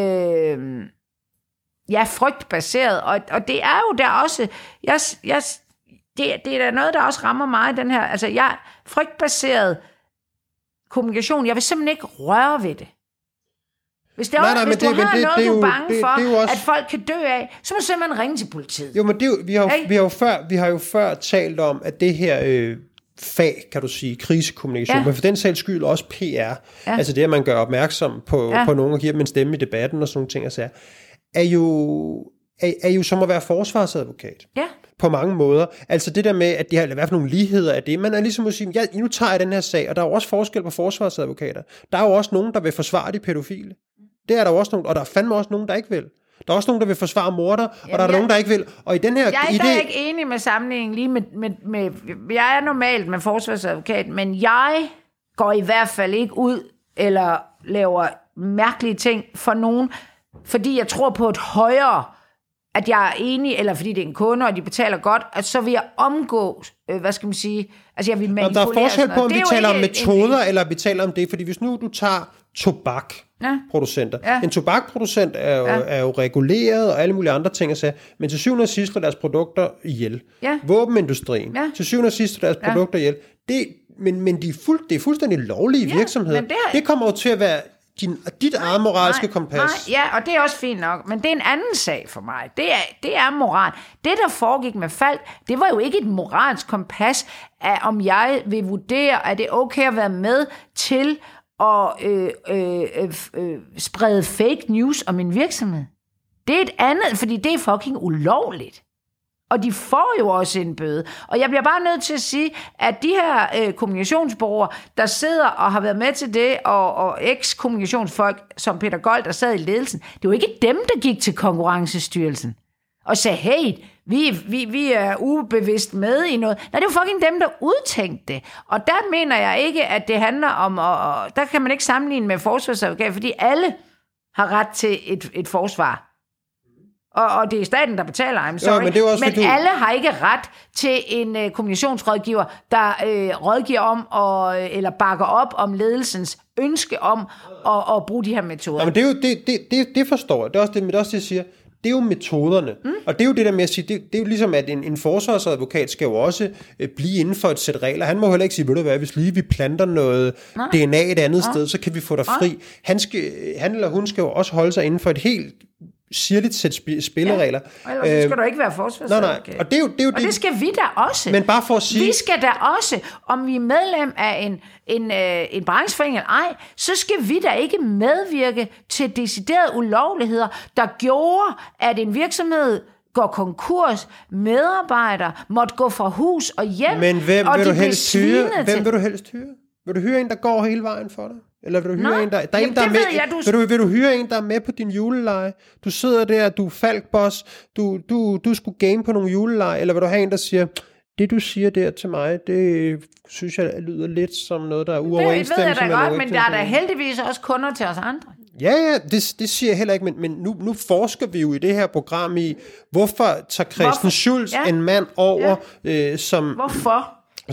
frygtbaseret, og det er jo der også, det er der noget, der også rammer mig, den her, altså frygtbaseret kommunikation. Jeg vil simpelthen ikke røre ved det. Hvis du har noget, du er bange for, at folk kan dø af, så må du simpelthen ringe til politiet. Jo, men vi har jo før talt om, at det her fag, kan du sige, krisekommunikation, men for den sags skyld også PR, altså det, at man gør opmærksom på nogen og giver dem en stemme i debatten og sådan nogle ting, og så er jo som at være forsvarsadvokat. Ja. På mange måder. Altså det der med, at de har i hvert fald nogle ligheder af det. Man er ligesom at sige, nu tager jeg den her sag, og der er jo også forskel på forsvarsadvokater. Der er jo også nogen, der vil forsvare de pædofile. Det er der også nogen, og der er fandme også nogen, der ikke vil. Der er også nogen, der vil forsvare morder, og der er nogen, der ikke vil. Og i den her jeg er ikke enig med sammenligningen lige med jeg er normalt med forsvarsadvokat, men jeg går i hvert fald ikke ud eller laver mærkelige ting for nogen, fordi jeg tror på et højere, at jeg er enig, eller fordi det er en kunde, og de betaler godt, at så vil jeg omgå, hvad skal man sige, altså jeg vil manipulere. Der er forskel på, om vi taler om metoder, eller vi taler om det, fordi hvis nu du tager tobakproducenter. En tobakproducent er jo reguleret, og alle mulige andre ting, men til syvende og sidst er deres produkter ihjel. Våbenindustrien, til syvende og sidst er deres produkter ihjel. Men det er fuldstændig lovlige virksomheder. Det kommer jo til at være dit eget moralske kompas. Ja, og det er også fint nok, men det er en anden sag for mig. Det er moral. Det, der foregik med Falk, det var jo ikke et moralsk kompas, af om jeg vil vurdere, at det er okay at være med til at sprede fake news om en virksomhed. Det er et andet, fordi det er fucking ulovligt. Og de får jo også en bøde. Og jeg bliver bare nødt til at sige, at de her kommunikationsbureauer, der sidder og har været med til det, og eks-kommunikationsfolk som Peter Gold, der sad i ledelsen, det var ikke dem, der gik til Konkurrencestyrelsen og sagde, hey, vi er ubevidst med i noget. Nej, det var fucking dem, der udtænkte det. Og der mener jeg ikke, at det handler om, der kan man ikke sammenligne med forsvarsadvokat, fordi alle har ret til et forsvar. Og det er staten, der betaler, I'm sorry. Men alle har ikke ret til en kommunikationsrådgiver, der rådgiver om eller bakker op om ledelsens ønske om at bruge de her metoder. Ja, men det forstår jeg. Det er også det, jeg siger. Det er jo metoderne. Og det er jo det der med at sige, det er jo ligesom, at en forsvarsadvokat skal jo også blive inden for et sæt regler. Han må heller ikke sige, ved du hvad, hvis lige vi planter noget DNA et andet sted, så kan vi få dig fri. Han eller hun skal jo også holde sig inden for et helt sirligt sæt spilleregler. Ja, ellers skal du ikke være forsvarsadvokat. Nej. Og det er jo det skal vi da også. Men bare for at sige... Vi skal da også, om vi er medlem af en brancheforening eller ej, så skal vi da ikke medvirke til deciderede ulovligheder, der gjorde, at en virksomhed går konkurs, medarbejdere måtte gå fra hus og hjem, men hvem og vil de du helst hyre? Hvem vil du helst hyre? Vil du hyre en, der går hele vejen for dig? Eller vil du hyre en, der er med? Vil du hyre en, der er med på din juleleje? Du sidder der, du er Falk-boss, du skulle game på nogle juleleje, eller vil du have en, der siger, det du siger der til mig, det synes jeg lyder lidt som noget, der er uoverensstemmelse. Det ved jeg da godt, men der er da heldigvis også kunder til os andre. Ja, det siger jeg heller ikke, men nu forsker vi jo i det her program i, hvorfor tager Christian Schulz en mand over, som... Hvorfor?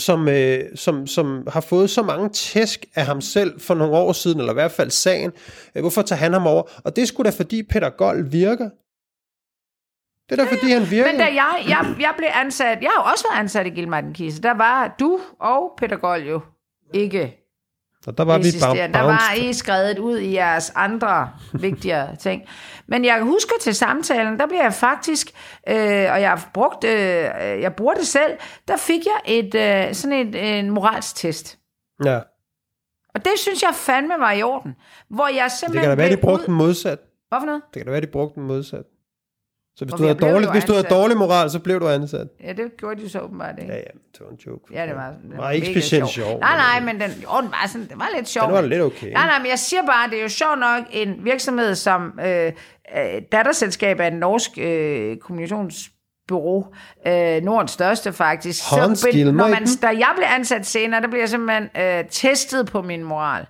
Som har fået så mange tæsk af ham selv for nogle år siden, eller i hvert fald sagen. Hvorfor tager han ham over? Og det er sgu da fordi Peter Gold virker. Det er da fordi han virker. Men da jeg blev ansat, jeg har jo også været ansat i Gilmartin Kise, der var du og Peter Gold jo ikke. Og der var der var I skrevet ud i jeres andre vigtigere ting. Men jeg husker til samtalen, der blev jeg faktisk, og jeg bruger det selv, der fik jeg sådan en moralstest. Ja. Og det synes jeg fandme var i orden. Hvor jeg simpelthen det kan da være, de brugte den modsat. Hvorfor noget? Det kan da være, de brugte den modsat. Så hvis du havde dårlig moral, så blev du ansat. Ja, det gjorde de så åbenbart ikke. Ja, det var en joke. Ja, det var ikke specielt sjov. Nej, men den var lidt sjov. Den var lidt okay. Nej, men jeg siger bare, det er jo sjovt nok en virksomhed, som datterselskab af en norsk kommunikationsbureau, Nordens største faktisk. Da jeg blev ansat senere, der blev jeg simpelthen testet på min moral.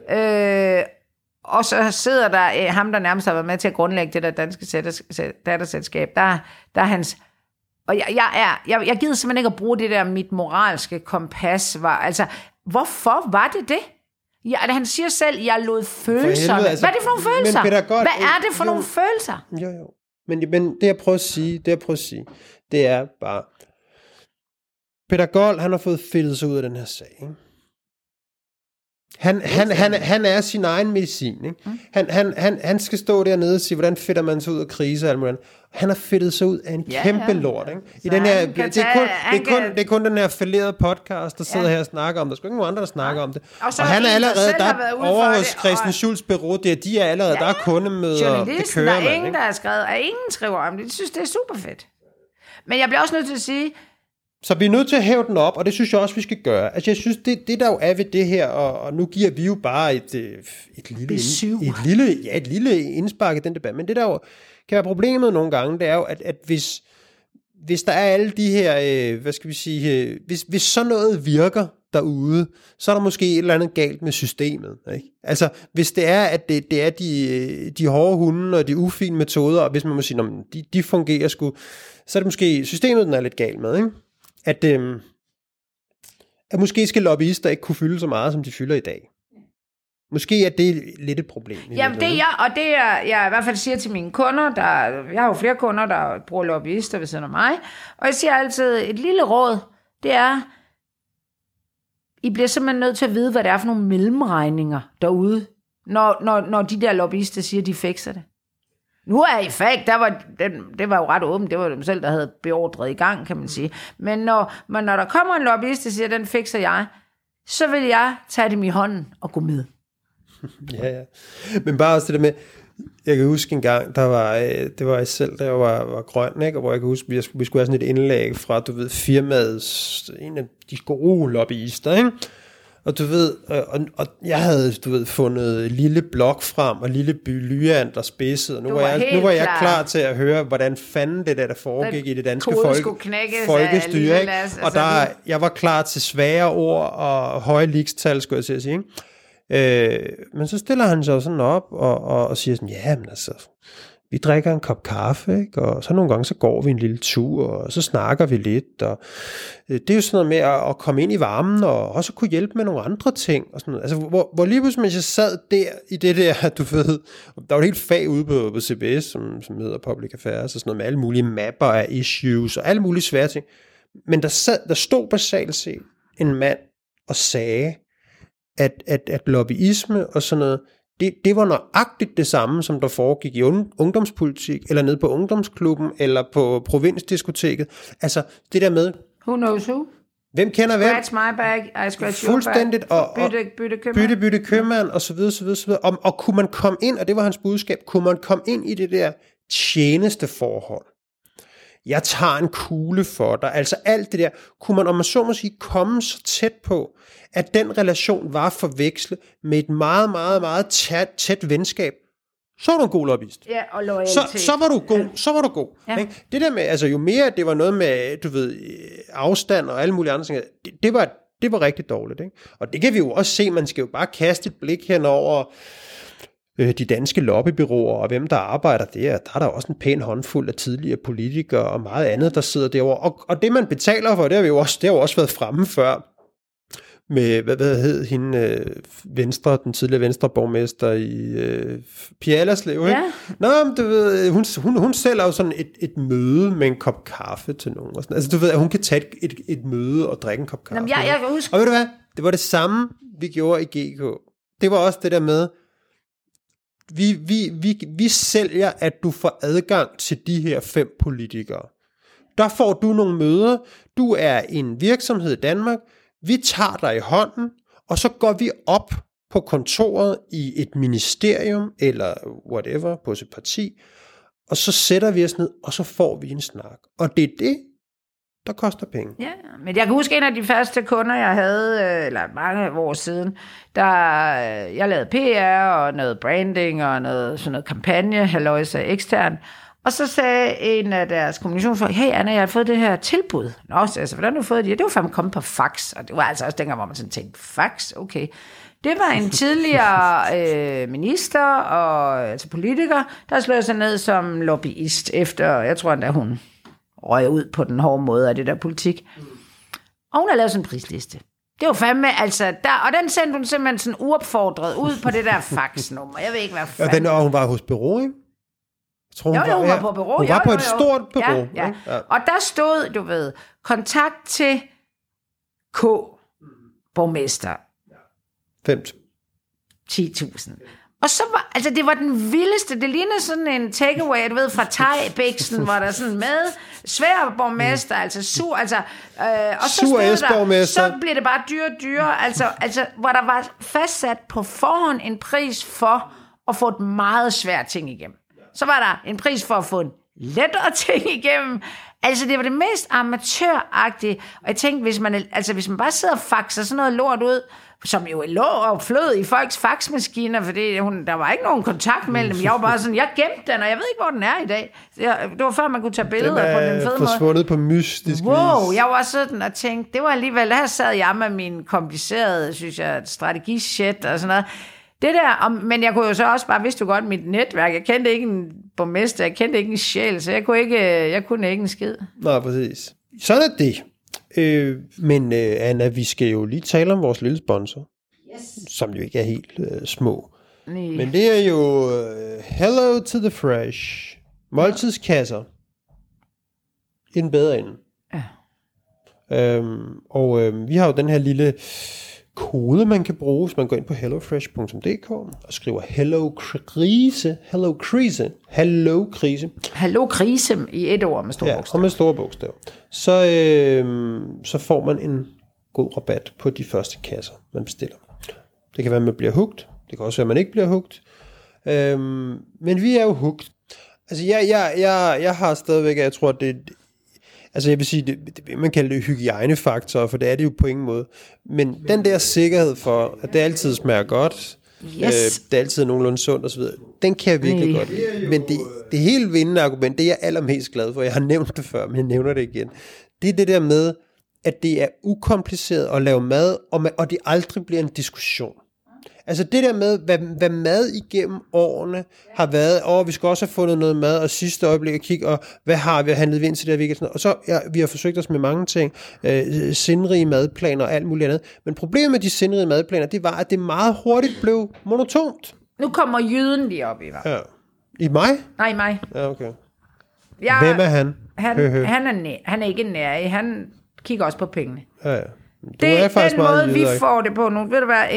Og så sidder der ham, der nærmest har været med til at grundlægge det der danske datterselskab. Der er hans... Og jeg gider simpelthen ikke at bruge det der, mit moralske kompas var... Altså, hvorfor var det? Ja, han siger selv, jeg lod følelserne... Altså, hvad er det for nogle følelser? Hvad er det for nogle følelser? Jo. Men det jeg prøver at sige, det er bare... Peter Gold, han har fået fedtet sig ud af den her sag, ikke? Han er sin egen medicin. Ikke? Han skal stå dernede og sige, hvordan fedter man sig ud af krise og alt muligt. Han har fedtet sig ud af en kæmpe lort. Ikke? I den her, det er kun den her fallerede podcast, der sidder her og snakker om det. Der skal ikke nogen andre, der snakker om det. Og han er allerede, der over hos Christian Schultz bureau, de er allerede, der er kundemøder. Det kører der er ingen, der har skrevet, og ingen skriver om det. De synes, det er super fedt. Men jeg bliver også nødt til at sige, så vi er nødt til at hæve den op, og det synes jeg også, vi skal gøre. Altså, jeg synes, det der jo er ved det her, og nu giver vi jo bare et lille indspark i den debat, men det der jo kan være problemet nogle gange, det er jo, at hvis der er alle de her, hvad skal vi sige, hvis sådan noget virker derude, så er der måske et eller andet galt med systemet. Ikke? Altså, hvis det er, at det er de hårde hunde og de ufine metoder, og hvis man må sige, de fungerer sgu, så er det måske systemet, den er lidt galt med, ikke? At måske skal lobbyister ikke kunne fylde så meget, som de fylder i dag. Måske er det lidt et problem. Jamen det jeg i hvert fald siger til mine kunder, jeg har jo flere kunder, der bruger lobbyister ved siden af mig, og jeg siger altid, et lille råd, det er, I bliver simpelthen nødt til at vide, hvad det er for nogle mellemregninger derude, når de der lobbyister siger, de fikser det. Nu er i fakt, det var jo ret åbent, det var dem selv, der havde beordret i gang, kan man sige. Men når der kommer en lobbyist, der siger, den fikser jeg, så vil jeg tage dem i hånden og gå med. Ja. Men bare også det der med, jeg kan huske en gang, det var jeg selv, da jeg var grøn, ikke? Og hvor jeg kan huske, vi skulle have sådan et indlæg fra, du ved, firmaets, en af de gode lobbyister, ikke? Og du ved, og jeg havde, du ved, fundet lille blok frem, og lille blyant og spidset, og nu var jeg klar til at høre, hvordan fanden det der foregik i det danske folkestyre, ikke? Og jeg var klar til svære ord og høje ligestal, skulle jeg til at sige, ikke? Men så stiller han sig sådan op og siger sådan, ja, men altså, vi drikker en kop kaffe, ikke? Og så nogle gange så går vi en lille tur, og så snakker vi lidt, og det er jo sådan noget med at komme ind i varmen, og også kunne hjælpe med nogle andre ting, og sådan noget. Altså, hvor lige pludselig, mens jeg sad der i det der, du ved, der var et helt fag ude på CBS, som hedder Public Affairs, og sådan noget med alle mulige mapper af issues, og alle mulige svære ting. Men der stod basalt set en mand og sagde, at lobbyisme og sådan noget, det var nøjagtigt det samme, som der foregik i ungdomspolitik, eller nede på ungdomsklubben, eller på provinsdiskoteket. Altså, det der med... Who knows who? Hvem kender hvem? Scratch my bag, I scratch your bag. Fuldstændigt, og bytte købmand, og så videre. Og kunne man komme ind, og det var hans budskab, kunne man komme ind i det der tjenesteforhold? Jeg tager en kugle for dig. Altså alt det der, kunne man, om man så må sige, komme så tæt på, at den relation var forvekslet med et meget, meget, meget tæt venskab, så var du en god lobbyist. Ja, og loyalitet. Så var du god. Ja. Ikke? Det der med, altså jo mere det var noget med, du ved, afstand og alle mulige andre ting, det var rigtig dårligt. Ikke? Og det kan vi jo også se, man skal jo bare kaste et blik henover de danske lobbybureauer, og hvem der arbejder der er der også en pæn håndfuld af tidligere politikere og meget andet, der sidder derovre. Og det, man betaler for, det har jo også været fremme før, med, hvad hed hende, den tidligere Venstre-borgmester i Pia Allerslev, ikke? Ja. Nå, men du ved, hun sælger jo sådan et møde med en kop kaffe til nogen. Og sådan. Altså, du ved, at hun kan tage et møde og drikke en kop kaffe. Jamen, jeg kan huske... Og ved du hvad? Det var det samme, vi gjorde i GK. Det var også det der med, vi sælger, at du får adgang til de her 5 politikere. Der får du nogle møder. Du er en virksomhed i Danmark. Vi tager dig i hånden, og så går vi op på kontoret i et ministerium, eller whatever, på et parti, og så sætter vi os ned, og så får vi en snak. Og det er det, der koster penge. Ja, men jeg kan huske en af de første kunder, jeg havde, eller mange år siden, jeg lavede PR og noget branding og sådan noget kampagne, halløjse ekstern. Og så sagde en af deres kommunikationsfolk, hey Anna, jeg har fået det her tilbud. Nå, altså, hvordan har du fået det? Det var fandme kommet på fax. Og det var altså også dengang, hvor man sådan tænkte, fax, okay. Det var en tidligere minister og altså politiker, der slog sig ned som lobbyist efter, jeg tror endda hun røg ud på den hårde måde af det der politik. Og hun har lavet sådan en prisliste. Det var fandme, altså, og den sendte hun simpelthen sådan uopfordret ud på det der faxnummer. Jeg ved ikke, hvad fanden. Og hun var hos bureau, ikke? Hun var på bureau. Hun var på et stort bureau. Ja. Og der stod, du ved, kontakt til K. borgmester. 10.000. Og så var, altså det var den vildeste, det lignede sådan en takeaway, du ved, fra Thai-biksen, hvor der sådan med svær borgmester, altså sur, altså, og så stod der, så blev det bare dyre, altså, hvor der var fastsat på forhånd en pris for at få et meget svært ting igennem. Så var der en pris for at få en lettere ting igennem. Altså, det var det mest amatøragtige, og jeg tænkte, hvis man bare sidder og faxer sådan noget lort ud, som jo lå og flød i folks faxmaskiner, fordi der var ikke nogen kontakt mellem dem. Jeg var bare sådan, jeg gemte den, og jeg ved ikke, hvor den er i dag. Det var før, man kunne tage billeder på den fede måde. Den er forsvundet på mystisk vis. Jeg var sådan og tænkte, det var alligevel, her sad jeg med min komplicerede, synes jeg, strategishit og sådan noget. Det der, men jeg kunne jo så også bare, vidste du godt, mit netværk, jeg kendte ikke en borgmester, jeg kendte ikke en sjæl, så jeg kunne ikke en skid. Nej, præcis. Sådan er det. Men Anna, vi skal jo lige tale om vores lille sponsor, som jo ikke er helt små. Nej. Men det er jo Hello to the Fresh. Måltidskasser. I den bedre ende. Ja. Vi har jo den her lille kode, man kan bruge, hvis man går ind på hellofresh.dk og skriver Hello Krise i et ord med store bogstaver. Ja, med store bogstaver. Så får man en god rabat på de første kasser, man bestiller. Det kan være, at man bliver hooked. Det kan også være, at man ikke bliver hooked. Men vi er jo hooked. Altså, jeg har stadigvæk, jeg tror, det altså jeg vil sige, det vil man kalde det hygiejnefaktor, for det er det jo på ingen måde. Men den der sikkerhed for, at det altid smager godt, det er altid nogenlunde sundt osv., den kan jeg virkelig godt lide. Men det helt vindende argument, det er jeg allermest glad for, jeg har nævnt det før, men jeg nævner det igen, det er det der med, at det er ukompliceret at lave mad, og det aldrig bliver en diskussion. Altså det der med, hvad mad igennem årene har været, vi skal også have fundet noget mad, og sidste øjeblik at kigge, og hvad har vi handlet vi ind til det her weekend, og så vi har forsøgt os med mange ting, sindrige madplaner og alt muligt andet, men problemet med de sindrige madplaner, det var, at det meget hurtigt blev monotont. Nu kommer jyden lige op i mig. Ja. I mig? Nej, i mig. Ja, okay. Hvem er han? Han er ikke nærig, han kigger også på pengene. Ja. Det er faktisk den måde, vi får det på nu, ved du hvad,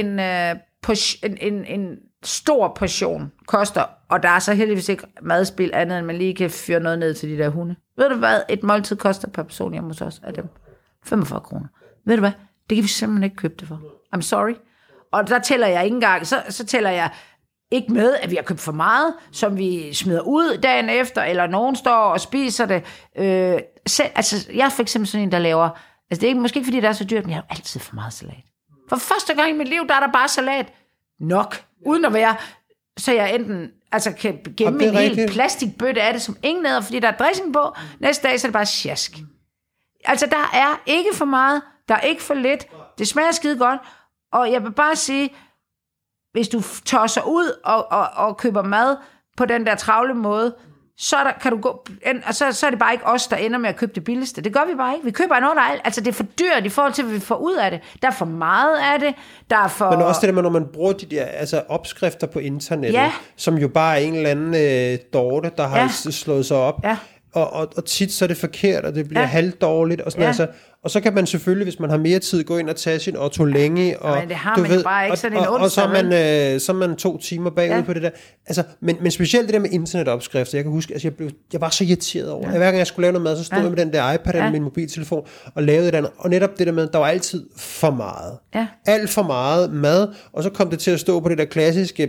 en stor portion koster, og der er så heldigvis ikke madspil andet, end man lige kan fyre noget ned til de der hunde. Ved du hvad, et måltid koster per person hjemme hos os af dem? 45 kroner. Ved du hvad, det kan vi simpelthen ikke købe det for. I'm sorry. Og der tæller jeg ikke engang, så tæller jeg ikke med, at vi har købt for meget, som vi smider ud dagen efter, eller nogen står og spiser det. Altså, jeg er for eksempel sådan en, der laver, altså det er ikke, måske ikke fordi det er så dyrt, men jeg har jo altid for meget salat. For første gang i mit liv, der er der bare salat nok, uden at være, så jeg enten kan gemme en hel plastikbøtte af det, som ingen æder, fordi der er dressing på. Næste dag, så er det bare sjask. Altså, der er ikke for meget, der er ikke for lidt, det smager skide godt, og jeg vil bare sige, hvis du tosser ud og køber mad på den der travle måde, så kan du gå, og så er det bare ikke os, der ender med at købe det billigste. Det gør vi bare ikke. Vi køber noget, der er, altså det er for dyrt i forhold til, hvad vi får ud af det. Der er for meget af det. Der er for... Men også det der med, når man bruger de der opskrifter på internettet, som jo bare er en eller anden dorte, der har slået sig op. Ja. Og tit så er det forkert, og det bliver halvdårligt. Og sådan altså. Og så kan man selvfølgelig, hvis man har mere tid, gå ind og tage sin Otto Lengi. Og, men det har man bare ikke sådan en onsdag. Og så er man 2 timer bagud på det der. Altså, men specielt det der med internetopskrifter. Jeg kan huske, altså jeg var så irriteret over. Hver gang jeg skulle lave noget mad, så stod jeg med den der iPad eller min mobiltelefon og lavede et andet. Og netop det der med, der var altid for meget. Ja. Alt for meget mad. Og så kom det til at stå på det der klassiske,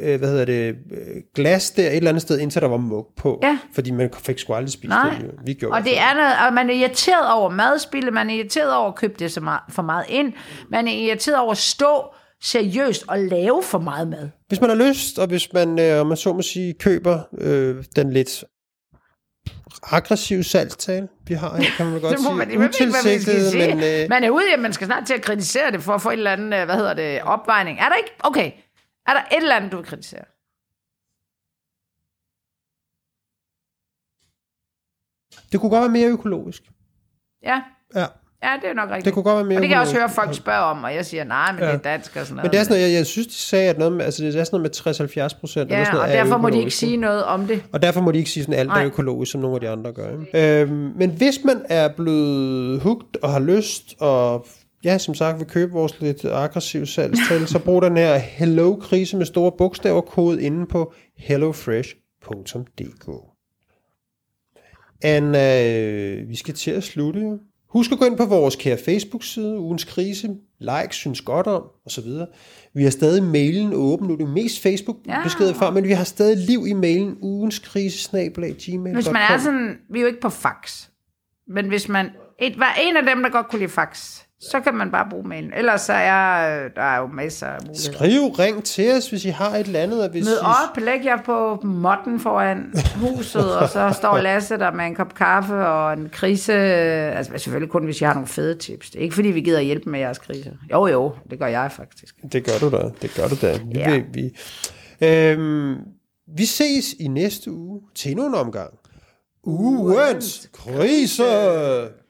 glas der et eller andet sted, indtil der var mug på. Ja. Fordi man fik sgu aldrig spist det. Vi gjorde og det er noget, og man er irriteret over madspillet, man er irriteret over at købe det for meget ind, man er irriteret over at stå seriøst og lave for meget mad. Hvis man har lyst, og hvis man, man så må sige, køber den lidt aggressive salgstale, vi har her, kan man godt sige. Utilsigtet, men... man er ude i, at man skal snart til at kritisere det, for at få et eller andet, opvejning. Er der ikke? Okay. Er der et eller andet, du vil kritisere? Det kunne godt være mere økologisk. Ja, det er nok rigtigt. Det kunne godt være mere. Og det kan jeg også høre folk spørge om, og jeg siger, nej, men det er dansk og sådan noget. Men det er sådan noget, jeg synes, de sagde, at noget med, altså det er sådan noget med 60-70%. Ja, og derfor må de ikke sige noget om det. Og derfor må de ikke sige sådan, alt er økologisk, som nogle af de andre gør. Men hvis man er blevet hooked og har lyst, og ja, som sagt, vil købe vores lidt aggressive salgstal, så brug den her Hello-krise med store bogstaver kode inde på hellofresh.dk. Vi skal til at slutte jo. Husk at gå ind på vores kære Facebook-side, Ugens Krise, like, synes godt om, osv. Vi har stadig mailen åben, nu er det mest Facebook-beskeder fra, men vi har stadig liv i mailen, ugenskrise@gmail.com. Hvis man er sådan, vi er jo ikke på fax, men hvis man var en af dem, der godt kunne lide fax, så kan man bare bruge mailen. Ellers så der er jo masser af muligheder. Skriv, ring til os, hvis I har et eller andet. Mød op, læg jer på måtten foran huset, og så står Lasse der med en kop kaffe og en krise. Altså selvfølgelig kun, hvis I har nogle fede tips. Det er ikke fordi, vi gider hjælpe med jeres krise. Jo, det gør jeg faktisk. Det gør du da. Vi ses i næste uge til endnu en omgang. Ugens Krise!